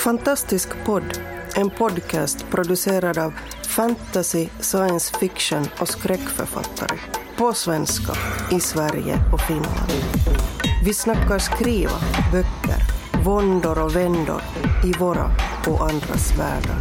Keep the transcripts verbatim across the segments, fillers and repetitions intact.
Fantastisk podd, en podcast producerad av fantasy, science fiction och skräckförfattare. På svenska, i Sverige och Finland. Vi snackar skriva, böcker, våndor och vändor i våra och andras världar.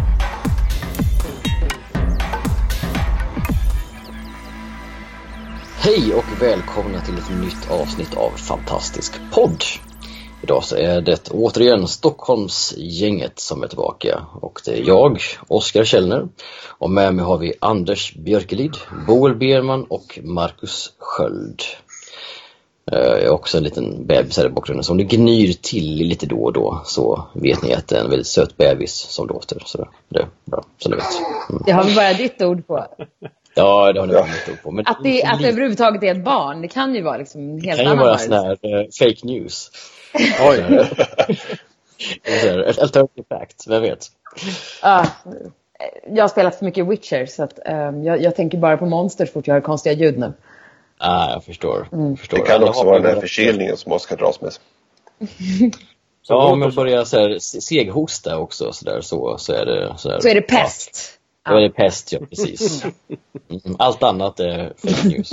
Hej och välkomna till ett nytt avsnitt av Fantastisk podd. Idag så är det återigen Stockholmsgänget som är tillbaka. Och det är jag, Oskar Källner. Och med mig har vi Anders Björkelid, Boel Berman och Marcus Sköld. Jag är också en liten bebis här i bakgrunden. Så om det gnyr till lite då och då så vet ni att det är en väldigt söt bebis som låter. Så det är bra, så ni vet. Mm. Det har vi bara ditt ord på. Ja, det har ni bara mitt ord på. Men att det, att det överhuvudtaget är ett barn, det kan ju vara liksom en helt annan. Det kan ju vara sån här uh, fake news. Oj. Alternative fact, vem vet? Uh, jag har spelat för mycket Witcher så att, um, jag, jag tänker bara på monster fort jag har konstiga ljud nu. Ah, jag förstår. Mm. förstår. Det kan också vara den här förkylningen som Oskar dras med. Ja, om jag börjar så här seghosta också så där, så så är det så där. Så är det pest. Ja. Då är det pest, ja, precis. Mm. Allt annat är fake news.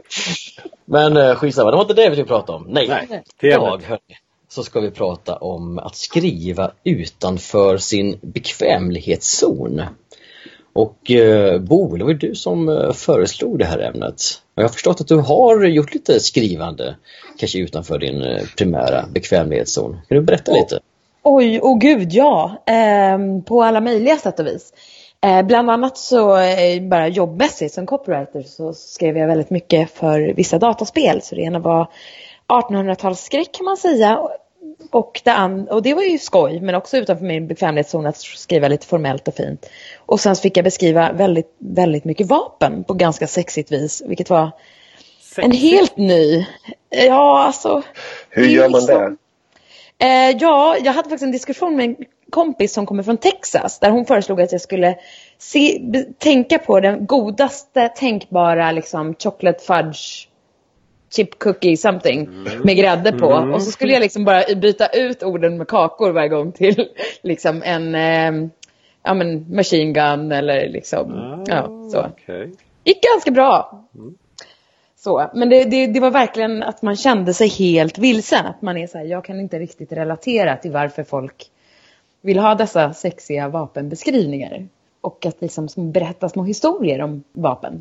Men uh, skitsamma, det var inte det vi skulle prata om. Nej, Nej. idag hörni, så ska vi prata om att skriva utanför sin bekvämlighetszon. Och uh, Bo, det var du som uh, föreslog det här ämnet. Och jag har förstått att du har gjort lite skrivande, kanske utanför din uh, primära bekvämlighetszon. Kan du berätta oh. lite? Oj, åh oh gud, ja. Ehm, på alla möjliga sätt och vis. Eh, bland annat så eh, bara jobbmässigt som copywriter så skrev jag väldigt mycket för vissa dataspel. Så det ena var artonhundratalsskräck kan man säga. Och det, an- och det var ju skoj, men också utanför min bekvämlighetszon att skriva lite formellt och fint. Och sen fick jag beskriva väldigt, väldigt mycket vapen på ganska sexigt vis. Vilket var Sexigt. En helt ny. Ja, alltså. Hur gör man liksom, det? Eh, ja, jag hade faktiskt en diskussion med en kompis som kommer från Texas. Där hon föreslog att jag skulle se, be, tänka på den godaste tänkbara liksom, chocolate fudge chip cookie something mm. med grädde på. Mm. Och så skulle jag liksom bara byta ut orden med kakor varje gång till liksom en eh, ja, men machine gun eller liksom ah, ja, så. Okay. Gick ganska bra. Mm. Så, men det, det, det var verkligen att man kände sig helt vilsen. Att man är så här, jag kan inte riktigt relatera till varför folk vill ha dessa sexiga vapenbeskrivningar. Och att liksom berätta små historier om vapen.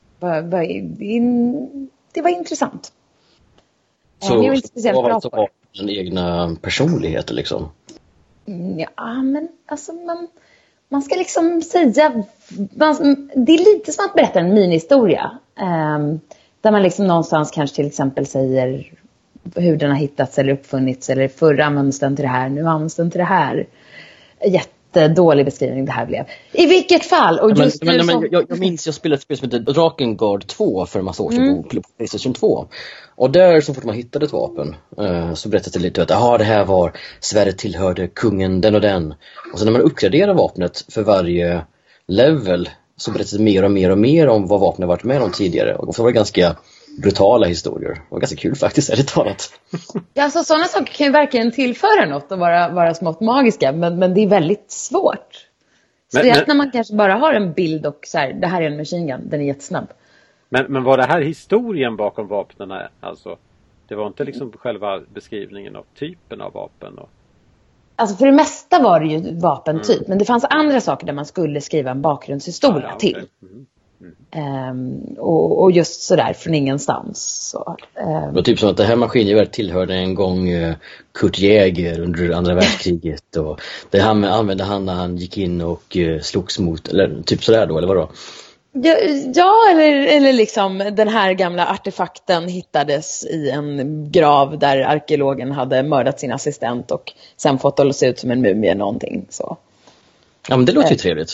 Det var intressant. Så det var inte speciellt bra på den egna personligheten liksom? Ja, men alltså man, man ska liksom säga... Man, det är lite som att berätta en minihistoria. Um, där man liksom någonstans kanske till exempel säger hur den har hittats eller uppfunnits. Eller förr används den till det här, nu används den till det här. Jättedålig beskrivning det här blev. I vilket fall? Och just men, men, som... men, jag, jag minns jag spelade ett spel som heter Drakengard två för en massa år sedan mm. på PlayStation två. Och där så fort man hittade ett vapen uh, så berättade det lite att aha, det här var svärdet tillhörde kungen den och den. Och så när man uppgraderar vapnet för varje level så berättade det mer och mer och mer om vad vapnet varit med om tidigare. Och så var det ganska brutala historier. Det var ganska kul faktiskt, är det talat. Ja, alltså sådana saker kan ju verkligen tillföra något och vara, vara smått magiska. Men, men det är väldigt svårt. Så det är när man kanske bara har en bild och så här, det här är en machine gun, den är jättesnabb. Men, men var det här historien bakom vapnen? Alltså, det var inte liksom själva beskrivningen av typen av vapen? Och... Alltså för det mesta var det ju vapentyp. Mm. Men det fanns andra saker där man skulle skriva en bakgrundshistoria ah, ja, till. Okay. Mm. Mm. Um, och, och just sådär från ingenstans så, um. Det var typ som att det här maskingeväret tillhörde en gång uh, Kurt Jäger under andra världskriget och det han använde han när han gick in och uh, slogs mot, eller typ sådär då, eller vadå? Ja, ja eller, eller liksom den här gamla artefakten hittades i en grav där arkeologen hade mördat sin assistent och sen fått det se ut som en mumie någonting så. Ja, men det låter ju trevligt.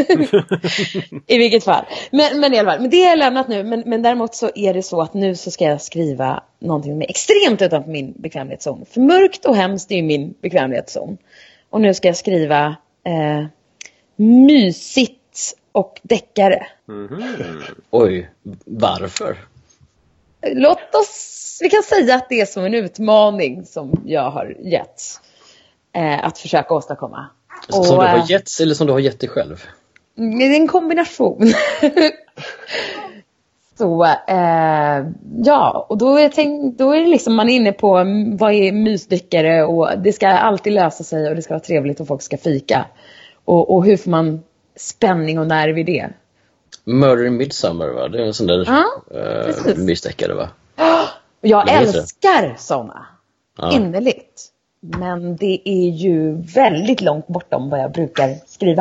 I vilket fall. Men, men i alla fall. Men det är lämnat nu. Men, men däremot så är det så att nu så ska jag skriva någonting med extremt utanför min bekvämlighetszon. För mörkt och hemskt är ju min bekvämlighetszon. Och nu ska jag skriva eh, mysigt och deckare. Mm-hmm. Oj, varför? Låt oss, vi kan säga att det är som en utmaning som jag har gett. eh, att försöka åstadkomma. Som och, du har getts eller som du har gett dig själv? Det är en kombination. Så eh, ja, och då är, tänk, då är det liksom man är inne på vad är mysdeckare och det ska alltid lösa sig och det ska vara trevligt och folk ska fika. Och, och hur får man spänning och nerv i det? Murder in Midsummer, va? Det är en sån där ja, uh, mysdeckare, va? Och jag älskar såna. Ja. Innerligt. Men det är ju väldigt långt bortom vad jag brukar skriva.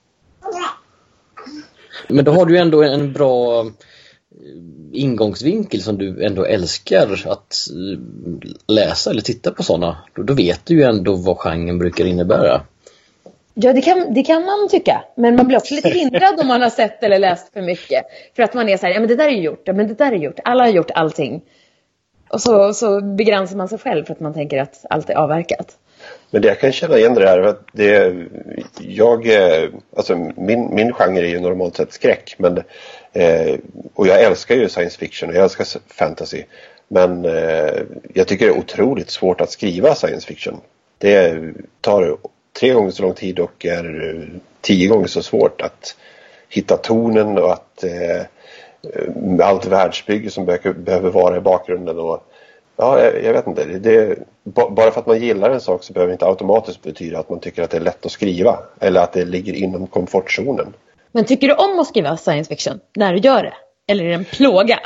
Men då har du ändå en bra ingångsvinkel som du ändå älskar att läsa eller titta på sådana. Då, då vet du ju ändå vad genren brukar innebära. Ja, det kan, det kan man tycka. Men man blir också lite hindrad om man har sett eller läst för mycket. För att man är så här, ja men det där är gjort, ja men det där är gjort. Alla har gjort allting. Och så, så begränsar man sig själv för att man tänker att allt är avverkat. Men det jag kan känna igen det här, att det, jag, alltså min, min genre är ju normalt sett skräck, men, eh, och jag älskar ju science fiction och jag älskar fantasy, men eh, jag tycker det är otroligt svårt att skriva science fiction. Det tar tre gånger så lång tid och är tio gånger så svårt att hitta tonen och att eh, allt världsbygge som behöver, behöver vara i bakgrunden och ja, jag, jag vet inte. Det, bara för att man gillar en sak så behöver det inte automatiskt betyda att man tycker att det är lätt att skriva. Eller att det ligger inom komfortzonen. Men tycker du om att skriva science fiction när du gör det? Eller är det en plåga?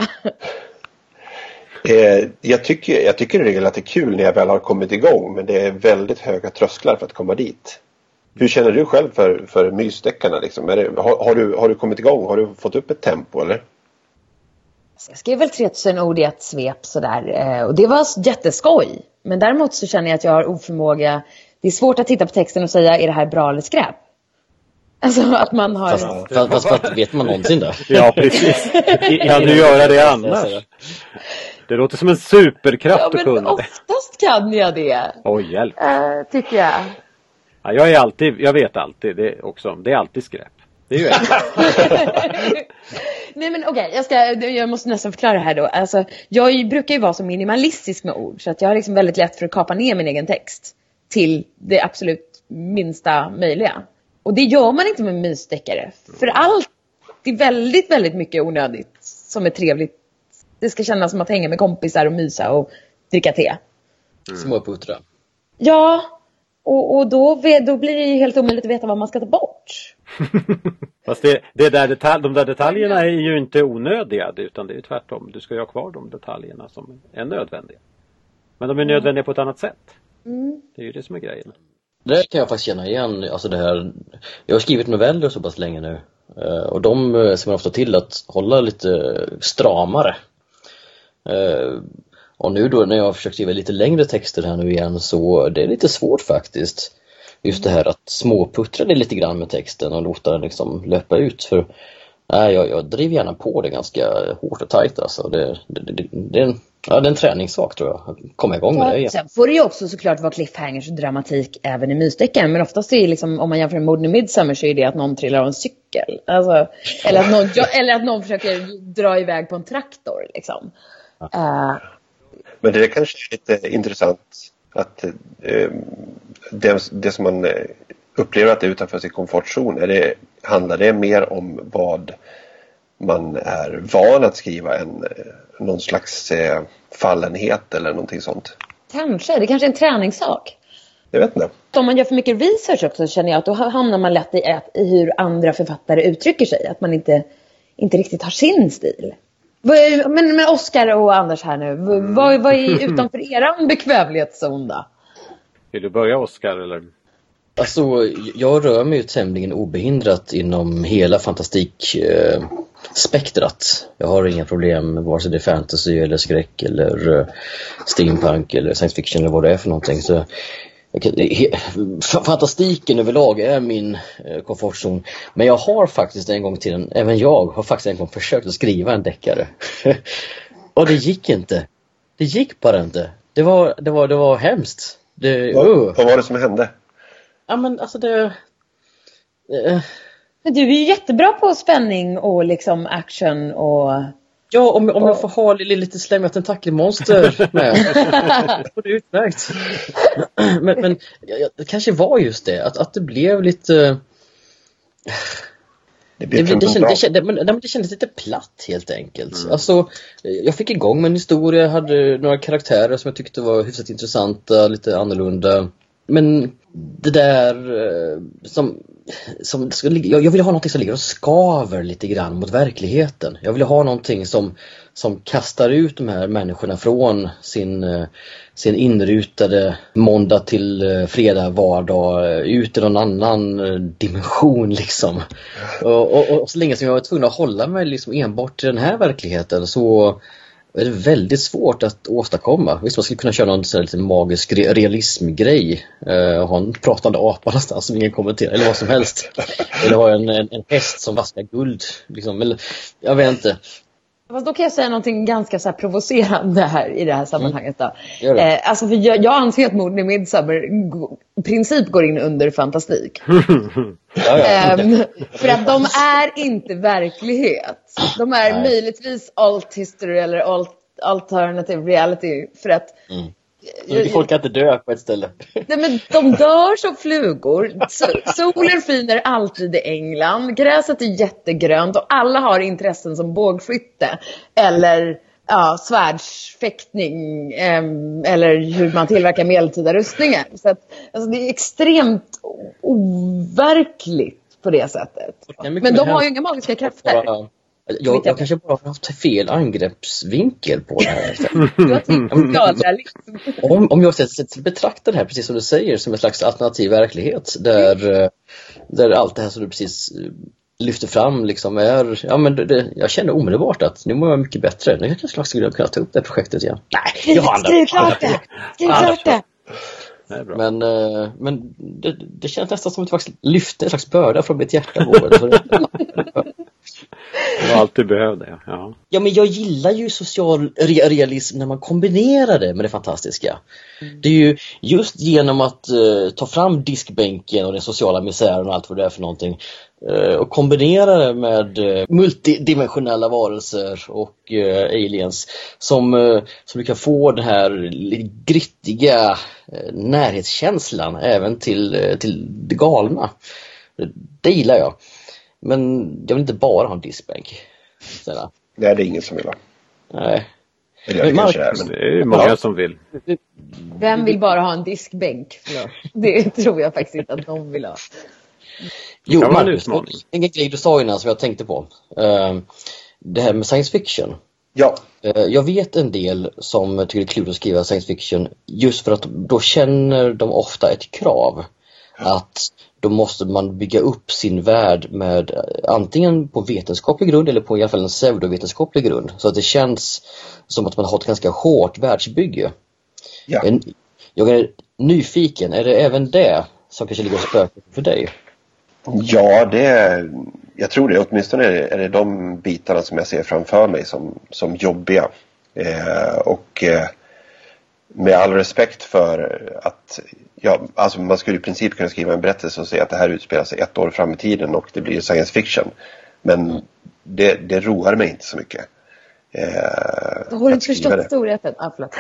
eh, jag, tycker, jag tycker det är relativt kul när jag väl har kommit igång. Men det är väldigt höga trösklar för att komma dit. Hur känner du själv för, för mysdeckarna? Liksom? Är det, har, har, du, har du kommit igång? Har du fått upp ett tempo eller? Jag skrev väl tretusen ord i ett svep sådär. Och det var jätteskoj. Men däremot så känner jag att jag har oförmåga. Det är svårt att titta på texten och säga, är det här bra eller skräp? Alltså att man har... Fast, fast, fast vet man någonsin då? Ja, precis. Kan du göra det annars? Det låter som en superkraft ja, att kunna det. Oftast kan jag det. Oj, hjälp. Äh, tycker jag. Ja, jag är alltid, jag vet alltid det också. Det är alltid skräp. Det är ju Nej men okej, okay, jag, jag måste nästan förklara det här då. Alltså, jag brukar ju vara så minimalistisk med ord. Så att jag har liksom väldigt lätt för att kapa ner min egen text. Till det absolut minsta möjliga. Och det gör man inte med mysdeckare. För allt är väldigt, väldigt mycket onödigt. Som är trevligt. Det ska kännas som att hänga med kompisar och mysa och dricka te. Mm. Småputtra. Ja, och, och då, då blir det ju helt omöjligt att veta vad man ska ta bort. Fast det, det där detalj, de där detaljerna är ju inte onödiga, utan det är ju tvärtom. Du ska ju ha kvar de detaljerna som är nödvändiga. Men de är nödvändiga på ett annat sätt. Mm. Det är ju det som är grejen. Det kan jag faktiskt känna igen. Alltså det här, jag har skrivit noveller så pass länge nu. Och de ser man ofta till att hålla lite stramare. Och nu då när jag har försökt skriva lite längre texter här nu igen, så det är lite svårt faktiskt. Just det här att småputtra det lite grann med texten och låta den liksom löpa ut. För nej, jag, jag driver gärna på det ganska hårt och tajt. Alltså. Det, det, det, det, är en, ja, det är en träningssak tror jag. Komma igång med ja, det igen. Sen får det ju också såklart vara cliffhangers och dramatik även i mysdeckaren. Men oftast är det liksom, om man jämför med Morden i Midsummer, så är det att någon trillar av en cykel. Alltså, eller, att någon, eller att någon försöker dra iväg på en traktor. Liksom. Ja. Uh, Men det är kanske lite intressant att eh, det, det som man upplever att det är utanför sin komfortzon, är det, handlar det mer om vad man är van att skriva än någon slags eh, fallenhet eller någonting sånt? Kanske, det kanske är en träningssak. Jag vet inte. Om man gör för mycket research också, känner jag att då hamnar man lätt i, ett, i hur andra författare uttrycker sig. Att man inte, inte riktigt har sin stil. Men, men Oskar och Anders här nu, mm. vad, vad är utanför eran bekvämlighetszon då? Vill du börja, Oskar, eller? Alltså, jag rör mig ju tämligen obehindrat inom hela fantastikspektrat. Jag har inga problem vare sig det är fantasy eller skräck eller steampunk eller science fiction eller vad det är för någonting. Så fantastiken överlag är min komfortzon. Men jag har faktiskt en gång till en, även jag har faktiskt en gång försökt att skriva en deckare. Och det gick inte. Det gick bara inte. Det var, det var, det var hemskt. Det, vad, uh. vad var det som hände? Ja men alltså det... Uh. Men du är ju jättebra på spänning och liksom action och... Ja, om, om jag får ha lite, lite slämmiga tentakkelmonster med. Det är utmärkt. Men, men ja, det kanske var just det. Att, att det blev lite... Det, det, det, kändes, det, kändes, det, det kändes lite platt helt enkelt. Mm. Alltså, jag fick igång med en historia. Jag hade några karaktärer som jag tyckte var hyfsat intressanta. Lite annorlunda. Men det där som, som jag, jag ville ha någonting som ligger och skaver lite grann mot verkligheten. Jag ville ha någonting som, som kastar ut de här människorna från sin, sin inrutade måndag till fredag, vardag, ut i någon annan dimension liksom. Och, och, och så länge som jag var tvungen att hålla mig liksom enbart till den här verkligheten så är det väldigt svårt att åstadkomma. Visst, man skulle kunna köra någon sån här lite magisk re- realismgrej eh, och ha en pratande apa någonstans som ingen kommenterar eller vad som helst. Eller ha en, en, en häst som vaskar guld liksom. Eller, jag vet inte. Fast då kan jag säga någonting ganska så här provocerande här i det här sammanhanget då. Mm. Eh, alltså för jag, jag anser att Morden i Midsommar i princip går in under fantastik. Ja, ja. Um, för att de är inte verklighet. De är Nej. möjligtvis alt history eller alt, alternative reality. För att mm. Så folk kan inte dö på ett ställe. Nej, men de dör som flugor. Solen skiner alltid i England. Gräset är jättegrönt och alla har intressen som bågskytte eller ja, svärdsfäktning eh, eller hur man tillverkar medeltida rustningar. Så att, alltså, det är extremt overkligt på det sättet. Men de har ju inga magiska krafter. Bara, jag, jag kanske bara har haft fel angreppsvinkel på det här. om, om jag betraktar det här precis som du säger som en slags alternativ verklighet där, mm. där allt det här som du precis lyfter fram liksom är, ja men det, jag känner omedelbart att nu mår jag mycket bättre. Nu kanske jag skulle kunna ta upp det projektet igen. Nej, jag har andra. Skriv klart det! Skriv klart det! Men, men det, det känns nästan som att det faktiskt lyfter en slags börda från mitt hjärta. Det var allt du behövde, ja. Ja, men jag gillar ju social realism när man kombinerar det med det fantastiska. Mm. Det är ju just genom att uh, ta fram diskbänken och den sociala misären och allt vad det är för någonting uh, och kombinera det med uh, multidimensionella varelser och uh, aliens som, uh, som du kan få den här grittiga uh, närhetskänslan även till, uh, till det galna. Det gillar jag. Men jag vill inte bara ha en diskbänk. Sådär. Nej, det är ingen som vill ha. Nej. Eller det, Mark, är, men... det är många ja. som vill. Vem vill bara ha en diskbänk? Det tror jag faktiskt inte att någon vill ha. Jo, Marcus, en grej du sa innan som jag tänkte på. Uh, det här med science fiction. Ja. Uh, jag vet en del som tycker det är kul att skriva science fiction just för att då känner de ofta ett krav. Att då måste man bygga upp sin värld med antingen på vetenskaplig grund eller på i alla fall en pseudovetenskaplig grund. Så att det känns som att man har ett ganska hårt världsbygge. Ja. En, jag är nyfiken, är det även det som kanske ligger och spökar för dig? Ja, det är, jag tror det. Åtminstone är det, är det de bitarna som jag ser framför mig som, som jobbiga. Eh, och eh, med all respekt för att ja, alltså man skulle i princip kunna skriva en berättelse och säga att det här utspelar sig ett år fram i tiden och det blir science fiction. Men det, det roar mig inte så mycket. Eh, du har inte förstått storheten. Ah, förlåt.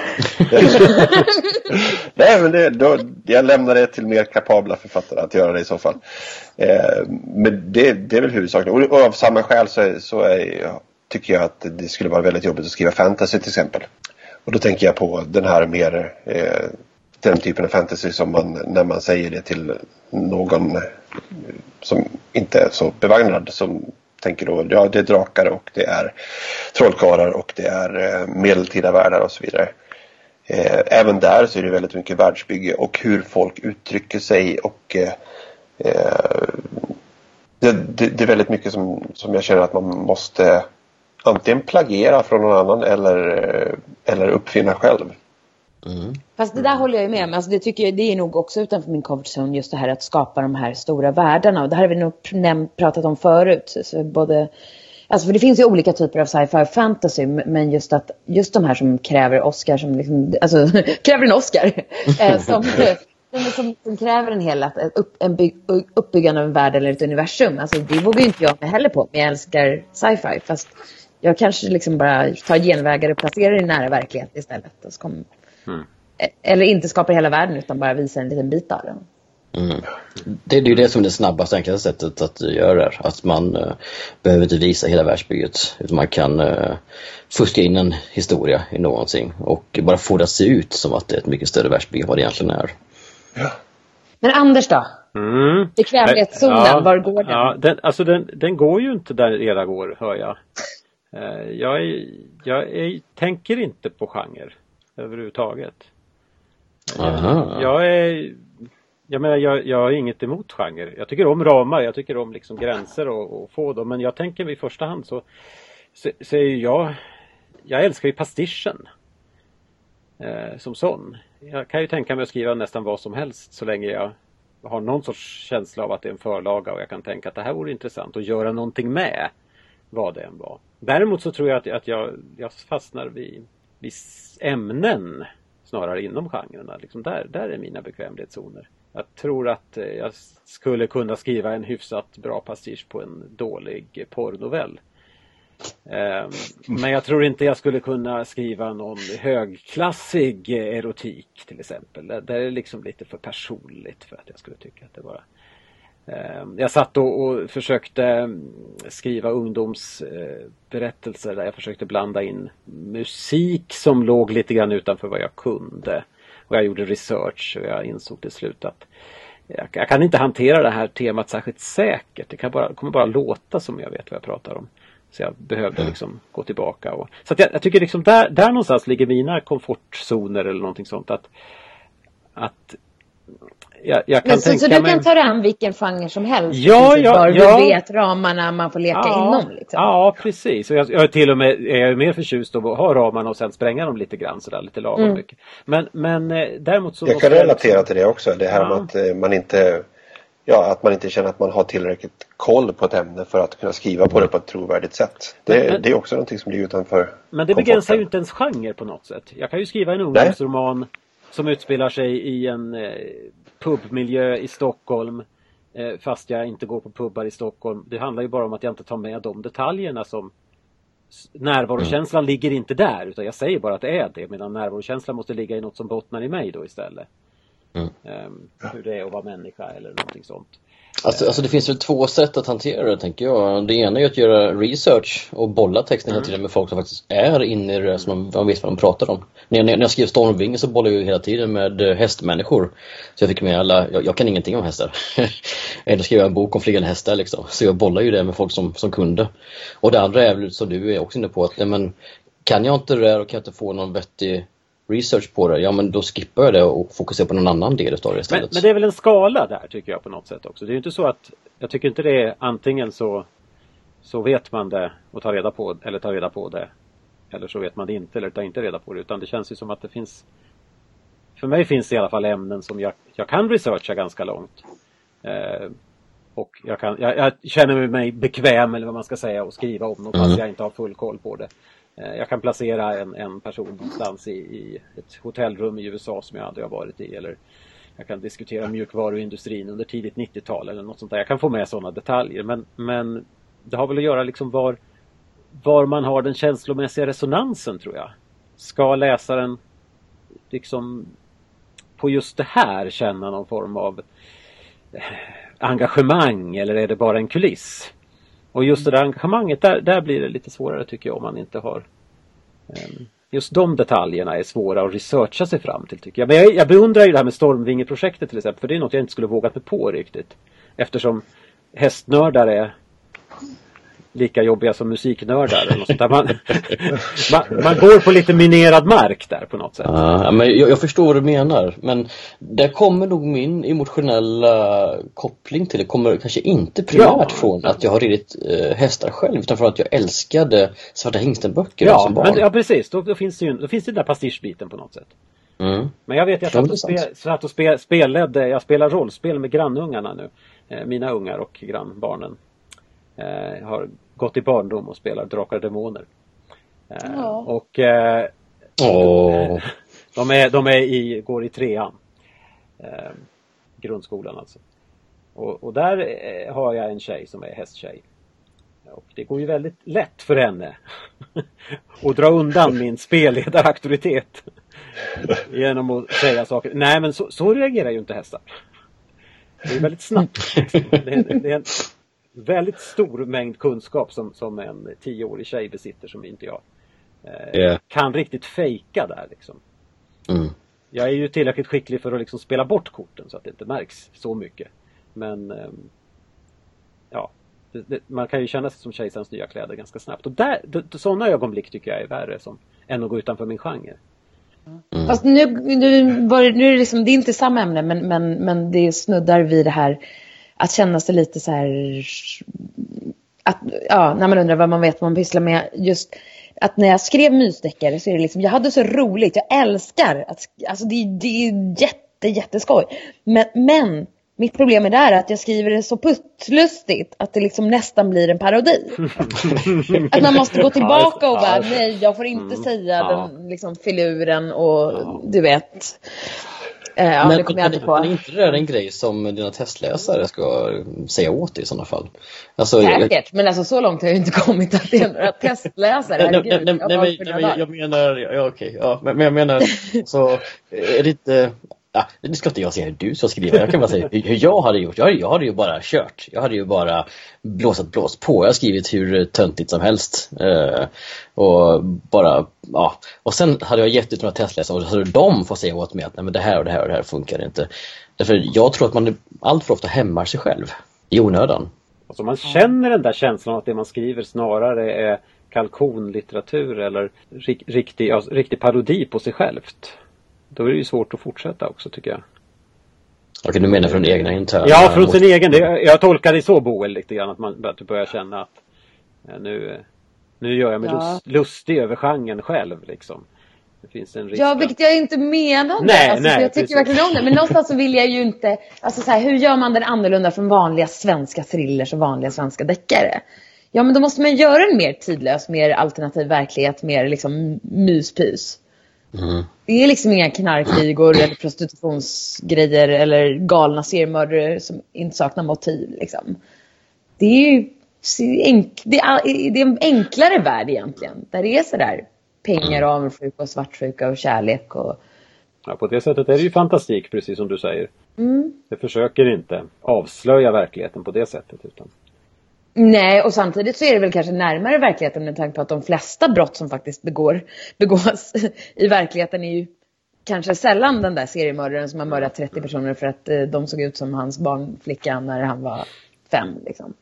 Nej, men det, då, jag lämnar det till mer kapabla författare att göra det i så fall. Eh, men det, det är väl huvudsakligen. Och, och av samma skäl så, så är, tycker jag att det skulle vara väldigt jobbigt att skriva fantasy till exempel. Och då tänker jag på den här mer eh, den typen av fantasy som man, när man säger det till någon som inte är så bevagnad, som tänker då, ja det är drakar och det är trollkarlar och det är eh, medeltida världar och så vidare. Eh, även där så är det väldigt mycket världsbygge och hur folk uttrycker sig och eh, det, det, det är väldigt mycket som, som jag känner att man måste antingen plagiera från någon annan eller, eller uppfinna själv. Mm. Fast det där håller jag ju med om. Alltså det tycker jag, det är nog också utanför min comfort zone, just det här att skapa de här stora världarna. Och det här har vi nog nämnt, pratat om förut. Så både, alltså för det finns ju olika typer av sci-fi och fantasy, men just att just de här som kräver Oscar, som liksom, alltså kräver en Oscar, som, som, som kräver en hel upp, en bygg, uppbyggande av en värld eller ett universum. Alltså det vågar ju inte jag med heller på, men jag älskar sci-fi. Fast jag kanske liksom bara tar genvägar och placerar det nära verkligheten istället. Och så kom, mm. Eller inte skapar hela världen utan bara visar en liten bit av den. Mm. Det är ju det som är det snabbaste enklaste sättet att göra det. Att man uh, behöver inte visa hela världsbygget. Utan man kan uh, fuska in en historia i någonting. Och bara få det att se ut som att det är ett mycket större världsbygge vad det egentligen är. Ja. Men Anders då? Mm. Bekvämlighetszonen, ja, var går den? Ja, den, alltså den, den går ju inte där era går, hör jag. Uh, jag är, jag är, tänker inte på genre överhuvudtaget. Aha. Jag är... Jag menar, jag, jag har inget emot genre. Jag tycker om ramar, jag tycker om liksom gränser och, och få dem. Men jag tänker i första hand så, så, så är jag, jag älskar ju pastischen eh, som sån. Jag kan ju tänka mig att skriva nästan vad som helst så länge jag har någon sorts känsla av att det är en förlaga och jag kan tänka att det här vore intressant och göra någonting med vad det än var. Däremot så tror jag att, att jag, jag fastnar vid, vid ämnen snarare inom genrerna. Liksom där, där är mina bekvämlighetszoner. Jag tror att jag skulle kunna skriva en hyfsat bra pastisch på en dålig porrnovell. Men jag tror inte jag skulle kunna skriva någon högklassig erotik till exempel. Det är liksom lite för personligt för att jag skulle tycka att det var... Jag satt och, och försökte skriva ungdomsberättelser där jag försökte blanda in musik som låg lite grann utanför vad jag kunde. Och jag gjorde research och jag insåg till slut att jag, jag kan inte hantera det här temat särskilt säkert. Det kan bara, kommer bara låta som jag vet vad jag pratar om. Så jag behövde liksom gå tillbaka. Och, så att jag, jag tycker liksom där, där någonstans ligger mina komfortzoner eller någonting sånt. Att, att jag, jag kan Men så, tänka så du mig... kan ta dig an vilken genre som helst? Ja, ja, bara ja. Du vet ramarna man får leka ja, inom. Liksom. Ja, precis. Och jag, jag är till och med är mer förtjust att ha ramarna och sen spränga dem lite grann sådär, lite lagom mm. mycket. Men, men eh, däremot så... Jag kan relatera också... till det också. Det här ja. om att eh, man inte... Ja, att man inte känner att man har tillräckligt koll på ett ämne för att kunna skriva på det på ett trovärdigt sätt. Det, men, det är också någonting som ligger utanför. Men det begränsar ju inte ens genre på något sätt. Jag kan ju skriva en ungdomsroman som utspelar sig i en eh, pubmiljö i Stockholm. Eh, fast jag inte går på pubbar i Stockholm. Det handlar ju bara om att jag inte tar med de detaljerna som... Närvarokänslan mm. ligger inte där, utan jag säger bara att det är det. Medan närvarokänslan måste ligga i något som bottnar i mig då istället. Mm. Um, hur det är att vara människa eller någonting sånt. Alltså, alltså det finns väl två sätt att hantera det, tänker jag. Det ena är att göra research och bolla texten mm. hela tiden med folk som faktiskt är inne i det, som man, man vet vad de pratar om. När, när jag skrev Stormvinge så bollar jag ju hela tiden med hästmänniskor. Så jag fick med alla, jag, jag kan ingenting om hästar. Eller skrev jag en bok om flygande hästar liksom. Så jag bollar ju det med folk som, som kunde. Och det andra är väl, som du är också inne på, att nej, men, kan jag inte det där och kan jag inte få någon vettig research på det, ja men då skippar jag det och fokuserar på någon annan del av det istället. Men, men det är väl en skala där tycker jag på något sätt också. Det är ju inte så att, jag tycker inte det är antingen så så vet man det och tar reda på eller tar reda på det, eller så vet man det inte eller tar inte reda på det, utan det känns ju som att det finns, för mig finns det i alla fall ämnen som jag, jag kan researcha ganska långt eh, och jag, kan, jag, jag känner mig bekväm eller vad man ska säga och skriva om något mm. fast jag inte har full koll på det. Jag kan placera en, en person någonstans i, i ett hotellrum i U S A som jag aldrig har varit i. Eller jag kan diskutera mjukvaruindustrin under tidigt nittiotal eller något sånt där. Jag kan få med sådana detaljer. Men, men det har väl att göra liksom var, var man har den känslomässiga resonansen, tror jag. Ska läsaren liksom på just det här känna någon form av engagemang, eller är det bara en kuliss? Och just det där engagemanget, där, där blir det lite svårare tycker jag, om man inte har... Um, just de detaljerna är svåra att researcha sig fram till, tycker jag. Men jag, jag beundrar ju det här med Stormvinge-projektet till exempel, för det är något jag inte skulle vågat mig på riktigt. Eftersom hästnördar är lika jobbiga som musiknördar. Eller något sånt där. Man, man, man går på lite minerad mark där på något sätt. Ja, men jag, jag förstår vad du menar. Men där kommer nog min emotionella koppling till det. Kommer kanske inte primärt ja. från att jag har ridit äh, hästar själv, utan från att jag älskade Svarta Hingsten-böcker ja, som barn. Men, ja, precis. Då, då finns det ju då finns det den där pastischbiten på något sätt. Mm. Men jag vet, jag satt och, spe, satt och spe, spelade, jag spelar rollspel med grannungarna nu. Eh, mina ungar och grannbarnen. Eh, har gått i barndom och spelar Drakar och Demoner. Eh, ja. Och eh, oh. de, är, de är i, går i trean. Eh, grundskolan alltså. Och, och där eh, har jag en tjej som är hästtjej. Och det går ju väldigt lätt för henne att dra undan min spelledarauktoritet genom att säga saker. Nej, men så, så reagerar ju inte hästar. Det är väldigt snabbt. Det är, det är en väldigt stor mängd kunskap som, som en tioårig tjej besitter som inte jag eh, yeah. kan riktigt fejka där liksom. Mm. Jag är ju tillräckligt skicklig för att liksom spela bort korten så att det inte märks så mycket. Men eh, ja, det, det, man kan ju känna sig som kejsarens nya kläder ganska snabbt. Och där, det, sådana ögonblick tycker jag är värre som, än att gå utanför min genre. Mm. Fast nu, nu, var, nu är det liksom, det är inte samma ämne, men, men, men det snuddar vid det här att känna sig lite så här att, ja, när man undrar vad man vet vad man pysslar med. Just att när jag skrev mysdeckare så är det liksom, jag hade så roligt, jag älskar att, alltså det, det är jätte, jätteskoj. Men, men mitt problem är där att jag skriver det så puttlustigt att det liksom nästan blir en parodi. Att man måste gå tillbaka och bara, nej, jag får inte mm. säga ja. den liksom filuren och ja. du vet. Eh, ja, men det kommer jag aldrig på. Men är inte det där en grej som dina testläsare ska säga åt i sådana fall? Alltså, säkert, jag... men alltså så långt har jag inte kommit att det är några testläsare. nej, nej, nej, nej, nej, nej, jag, jag menar, ja, okej, ja, men, men jag menar, så är det inte... Ja, det ska inte jag säga hur du ska skriva. Jag kan bara säga hur, hur jag hade gjort. Jag hade, jag hade ju bara kört. Jag hade ju bara blåsat blåst på. Jag har skrivit hur töntigt som helst. Eh, och bara, ja. Och sen hade jag gett ut några testläsare och så hade de fått säga åt mig att nej, men det här och det här och det här funkar inte. Därför jag tror att man allt för ofta hämmar sig själv i onödan. Alltså man känner den där känslan att det man skriver snarare är kalkonlitteratur eller rik, riktig, alltså, riktig parodi på sig självt. Då är det ju svårt att fortsätta också, tycker jag. Okej, du menar från egna interna? Ja, från sin egen. Det, jag tolkar det så, Boel, lite grann. Att man att börjar känna att ja, nu, nu gör jag mig ja. lust, lustig över genren själv, liksom. Det finns en risk. Ja, vilket jag inte menade. Nej, alltså, nej, jag tycker verkligen om det. Men någonstans så vill jag ju inte... Alltså så här, hur gör man den annorlunda från vanliga svenska thrillers och vanliga svenska deckare? Ja, men då måste man göra en mer tidlös, mer alternativ verklighet, mer liksom myspys. Mm. Det är liksom inga knarkligor eller prostitutionsgrejer eller galna seriemördare som inte saknar motiv liksom. Det är ju enk- det är, det är en enklare värld egentligen. Där det är sådär pengar och avundsjuka och svartsjuka och kärlek och... Ja, på det sättet är det ju fantastik, precis som du säger. Mm. Det försöker inte avslöja verkligheten på det sättet utan... Nej, och samtidigt så är det väl kanske närmare verkligheten med tanke på att de flesta brott som faktiskt begår, begås i verkligheten är ju kanske sällan den där seriemördaren som har mördat trettio personer för att eh, de såg ut som hans barnflicka när han var fem liksom.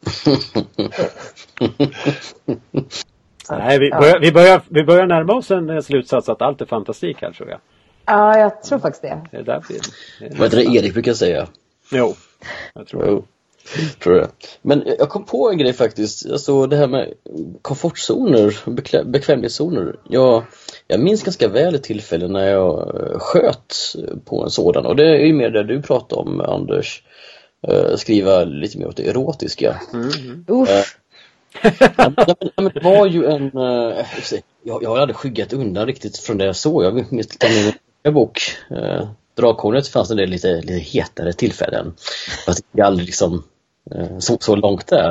Nej, vi börjar, vi, börjar, vi börjar närma oss en slutsats att allt är fantastik här, tror jag. Ja, jag tror faktiskt det. Det är därför. Vad är det Erik brukar säga? Jo, jag tror jo. Tror jag. Men jag kom på en grej faktiskt. Alltså det här med komfortzoner, bekväm- bekvämlighetszoner. Jag, jag minns ganska väl ett tillfälle när jag sköt på en sådan. Och det är ju mer det du pratar om, Anders. Uh, skriva lite mer åt det erotiska. Mm. Uh, men, men det var ju en... Uh, jag, jag hade skyggat undan riktigt från det jag såg. Jag minns lite min bok... Uh, Drakhornet fanns det lite, lite hetare tillfällen. Fast det är aldrig liksom så, så långt där.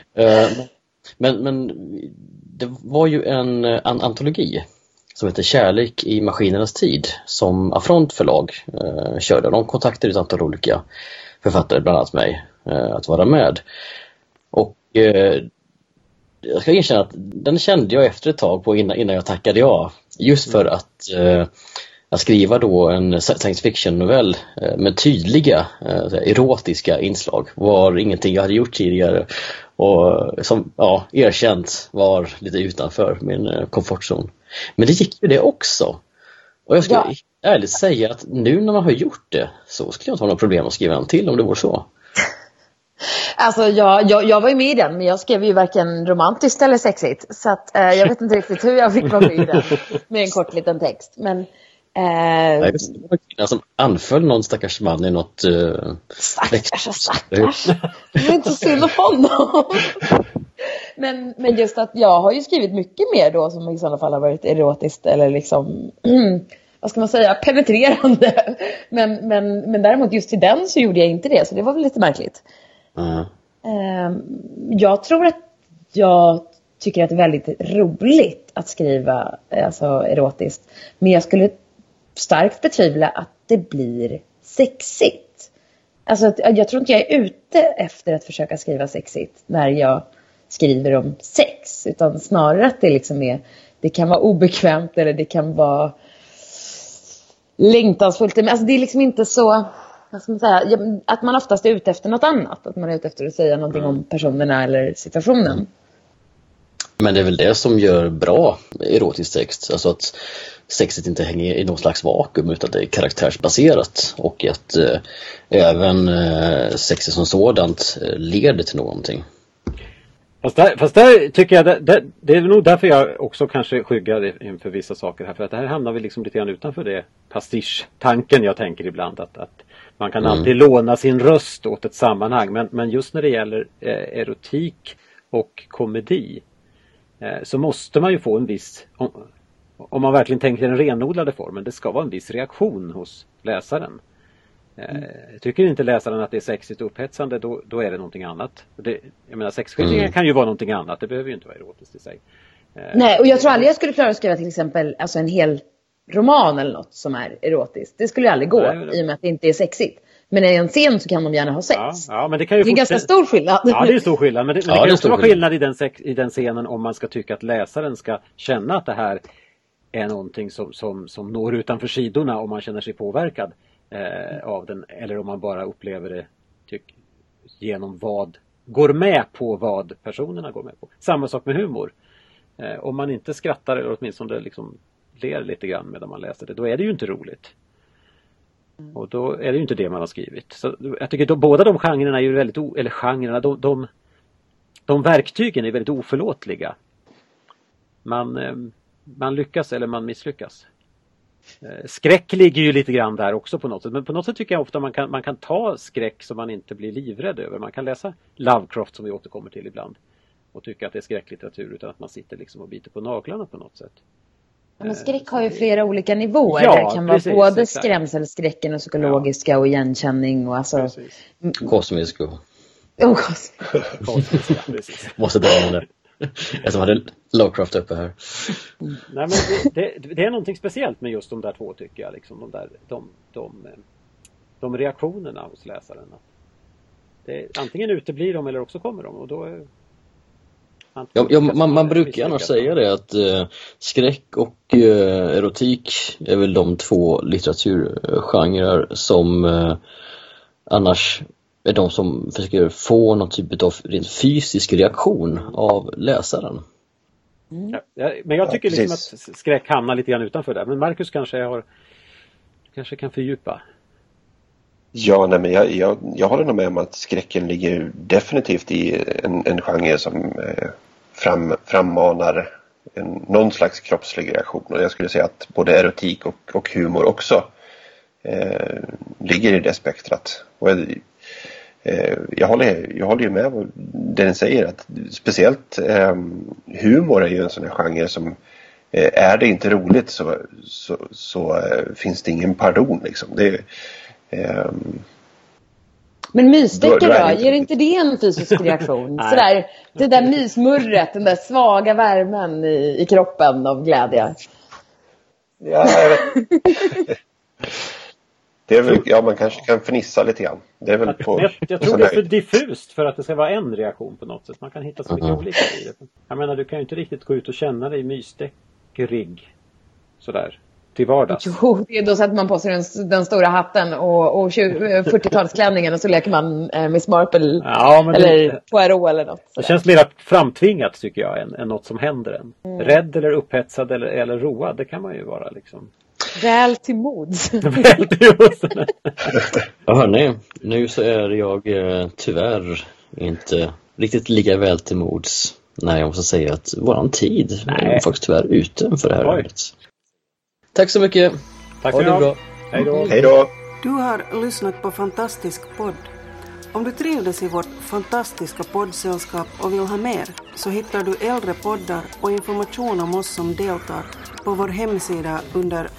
Men, men det var ju en, en antologi som heter Kärlek i maskinernas tid som Affront förlag eh, körde. De kontaktade ett antal olika författare, bland annat mig, eh, att vara med. Och eh, jag ska erkänna att den kände jag efter ett tag på innan, innan jag tackade ja. Just för att eh, att skriva då en science fiction novell med tydliga erotiska inslag var ingenting jag hade gjort tidigare och som ja, erkänt var lite utanför min komfortzon. Men det gick ju det också. Och jag ska ja. ärligt säga att nu när man har gjort det så skulle jag inte ha något problem att skriva en till om det vore så. Alltså jag, jag, jag var ju med i den, men jag skrev ju varken romantiskt eller sexigt. Så att, eh, jag vet inte riktigt hur jag fick vara med i den med en kort liten text. Men Eh, Nej, det var en kvinna som anföll någon stackars man i något uh, stackars, stackars. Det är inte synd om honom. men, men just att jag har ju skrivit mycket mer då som i sådana fall har varit erotiskt eller liksom mm, vad ska man säga, penetrerande. Men, men, men däremot just till den så gjorde jag inte det, så det var väl lite märkligt. Uh. eh, Jag tror att jag tycker att det är väldigt roligt att skriva alltså, erotiskt. Men jag skulle starkt betvivla att det blir sexigt. Alltså, jag tror inte jag är ute efter att försöka skriva sexigt när jag skriver om sex. Utan snarare att det liksom är, det kan vara obekvämt eller det kan vara längtansfullt. Men alltså, det är liksom inte så, vad ska man säga, att man oftast är ute efter något annat. Att man är ute efter att säga någonting om personerna eller situationen. Men det är väl det som gör bra erotisk text. Alltså att sexet inte hänger i någon slags vakuum utan det är karaktärsbaserat. Och att eh, även eh, sexet som sådant eh, leder till någonting. Fast där, fast där tycker jag, det, det, det är nog därför jag också kanske skyggar inför vissa saker här. För att det här hamnar vi liksom lite grann utanför det pastisch-tanken jag tänker ibland. Att, att man kan mm. alltid låna sin röst åt ett sammanhang. Men, men just när det gäller eh, erotik och komedi eh, så måste man ju få en viss, om, om man verkligen tänker den renodlade formen, det ska vara en viss reaktion hos läsaren. Mm. Tycker inte läsaren att det är sexigt och upphetsande, då, då är det någonting annat. Det, jag menar, sexskildringar mm. kan ju vara någonting annat. Det behöver ju inte vara erotiskt i sig. Nej, och jag tror aldrig jag skulle klara att skriva till exempel alltså en hel roman eller något som är erotiskt. Det skulle ju aldrig gå. Nej, i och med att det inte är sexigt. Men i en scen så kan de gärna ha sex. Ja, ja, men det kan ju det är fortsätta... ganska stor skillnad. Ja, det är stor skillnad. Men det, men ja, det kan det också vara skillnad. skillnad i den, sex, i den scenen om man ska tycka att läsaren ska känna att det här är någonting som, som, som når utanför sidorna om man känner sig påverkad. Eh, av den, eller om man bara upplever det tyck, genom vad går med på vad personerna går med på. Samma sak med humor. Eh, om man inte skrattar eller åtminstone liksom ler lite grann medan man läser det, då är det ju inte roligt. Mm. Och då är det ju inte det man har skrivit. Så jag tycker att båda de genrerna är ju väldigt o, eller genrerna, de, de, de verktygen är väldigt oförlåtliga. Man, eh, man lyckas eller man misslyckas. Skräck ligger ju lite grann där också på något sätt. Men på något sätt tycker jag ofta man kan, man kan ta skräck som man inte blir livrädd över. Man kan läsa Lovecraft som vi återkommer till ibland och tycka att det är skräcklitteratur utan att man sitter liksom och biter på naglarna på något sätt. Men skräck har ju flera olika nivåer. Ja, det kan precis, vara både exakt. Skrämselskräcken och psykologiska ja. och igenkänning och alltså... Kosmisk och... Oh, kosmisk. Kosmiska, precis. Måste dra den där. Jag som hade Lovecraft uppe här. Nej, men det, det, det är någonting speciellt med just de där två tycker jag. Liksom, de, där, de, de, de reaktionerna hos läsaren. Det, antingen uteblir de eller också kommer de. Och då är, ja, ja, man, man brukar gärna säga det att eh, skräck och eh, erotik är väl de två litteraturgenrer som eh, annars är de som försöker få någon typ av rent fysisk reaktion av läsaren. Mm. Ja, ja, men jag tycker ja, liksom att skräck hamnar lite grann utanför det. Men Marcus kanske har kanske kan fördjupa. Ja, nej, men jag, jag, jag håller nog med om att skräcken ligger definitivt i en, en genre som eh, fram, frammanar en, någon slags kroppslig reaktion. Och jag skulle säga att både erotik och, och humor också eh, ligger i det spektrat. Och jag, eh, jag, håller, jag håller ju med vad den säger, att speciellt eh, humor är ju en sån här genre som eh, är det inte roligt så, så, så eh, finns det ingen pardon liksom. Det är Um, men mysdeckare då, då? Ger inte det en fysisk reaktion? Sådär, det där mysmurret, den där svaga värmen i, i kroppen av glädje. Ja, jag vet. Det är väl, ja, man kanske kan förnissa lite grann. Det är väl på, jag, jag tror det är för diffust för att det ska vara en reaktion på något sätt. Man kan hitta så mycket uh-huh. olika i det. Jag menar, du kan ju inte riktigt gå ut och känna dig mysdäckrig sådär. Till vardags. Jo, då sätter man på sig den, den stora hatten och, och fyrtiotalsklänningen och så leker man eh, Miss Marple ja, men eller det, Poirot eller något. Det känns mer framtvingat tycker jag än, än något som händer än. Mm. Rädd eller upphetsad eller, eller road, det kan man ju vara liksom. Väl till mods. Väl till mods. Ja hörni, nu så är jag eh, tyvärr inte riktigt lika väl till mods. Nej, jag måste säga att våran tid Nej. är faktiskt tyvärr ute för det här året. Tack så mycket. Tack så mycket. Hej då. Hej då. Du har lyssnat på Fantastisk podd. Om du trivdes i vårt fantastiska poddsällskap och vill ha mer så hittar du äldre poddar och information om oss som deltar på vår hemsida under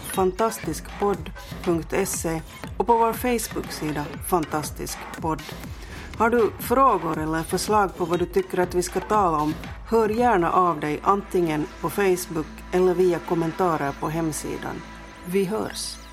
fantastiskpodd punkt se och på vår Facebook-sida Fantastisk podd. Har du frågor eller förslag på vad du tycker att vi ska tala om, hör gärna av dig antingen på Facebook eller via kommentarer på hemsidan. Vi hörs!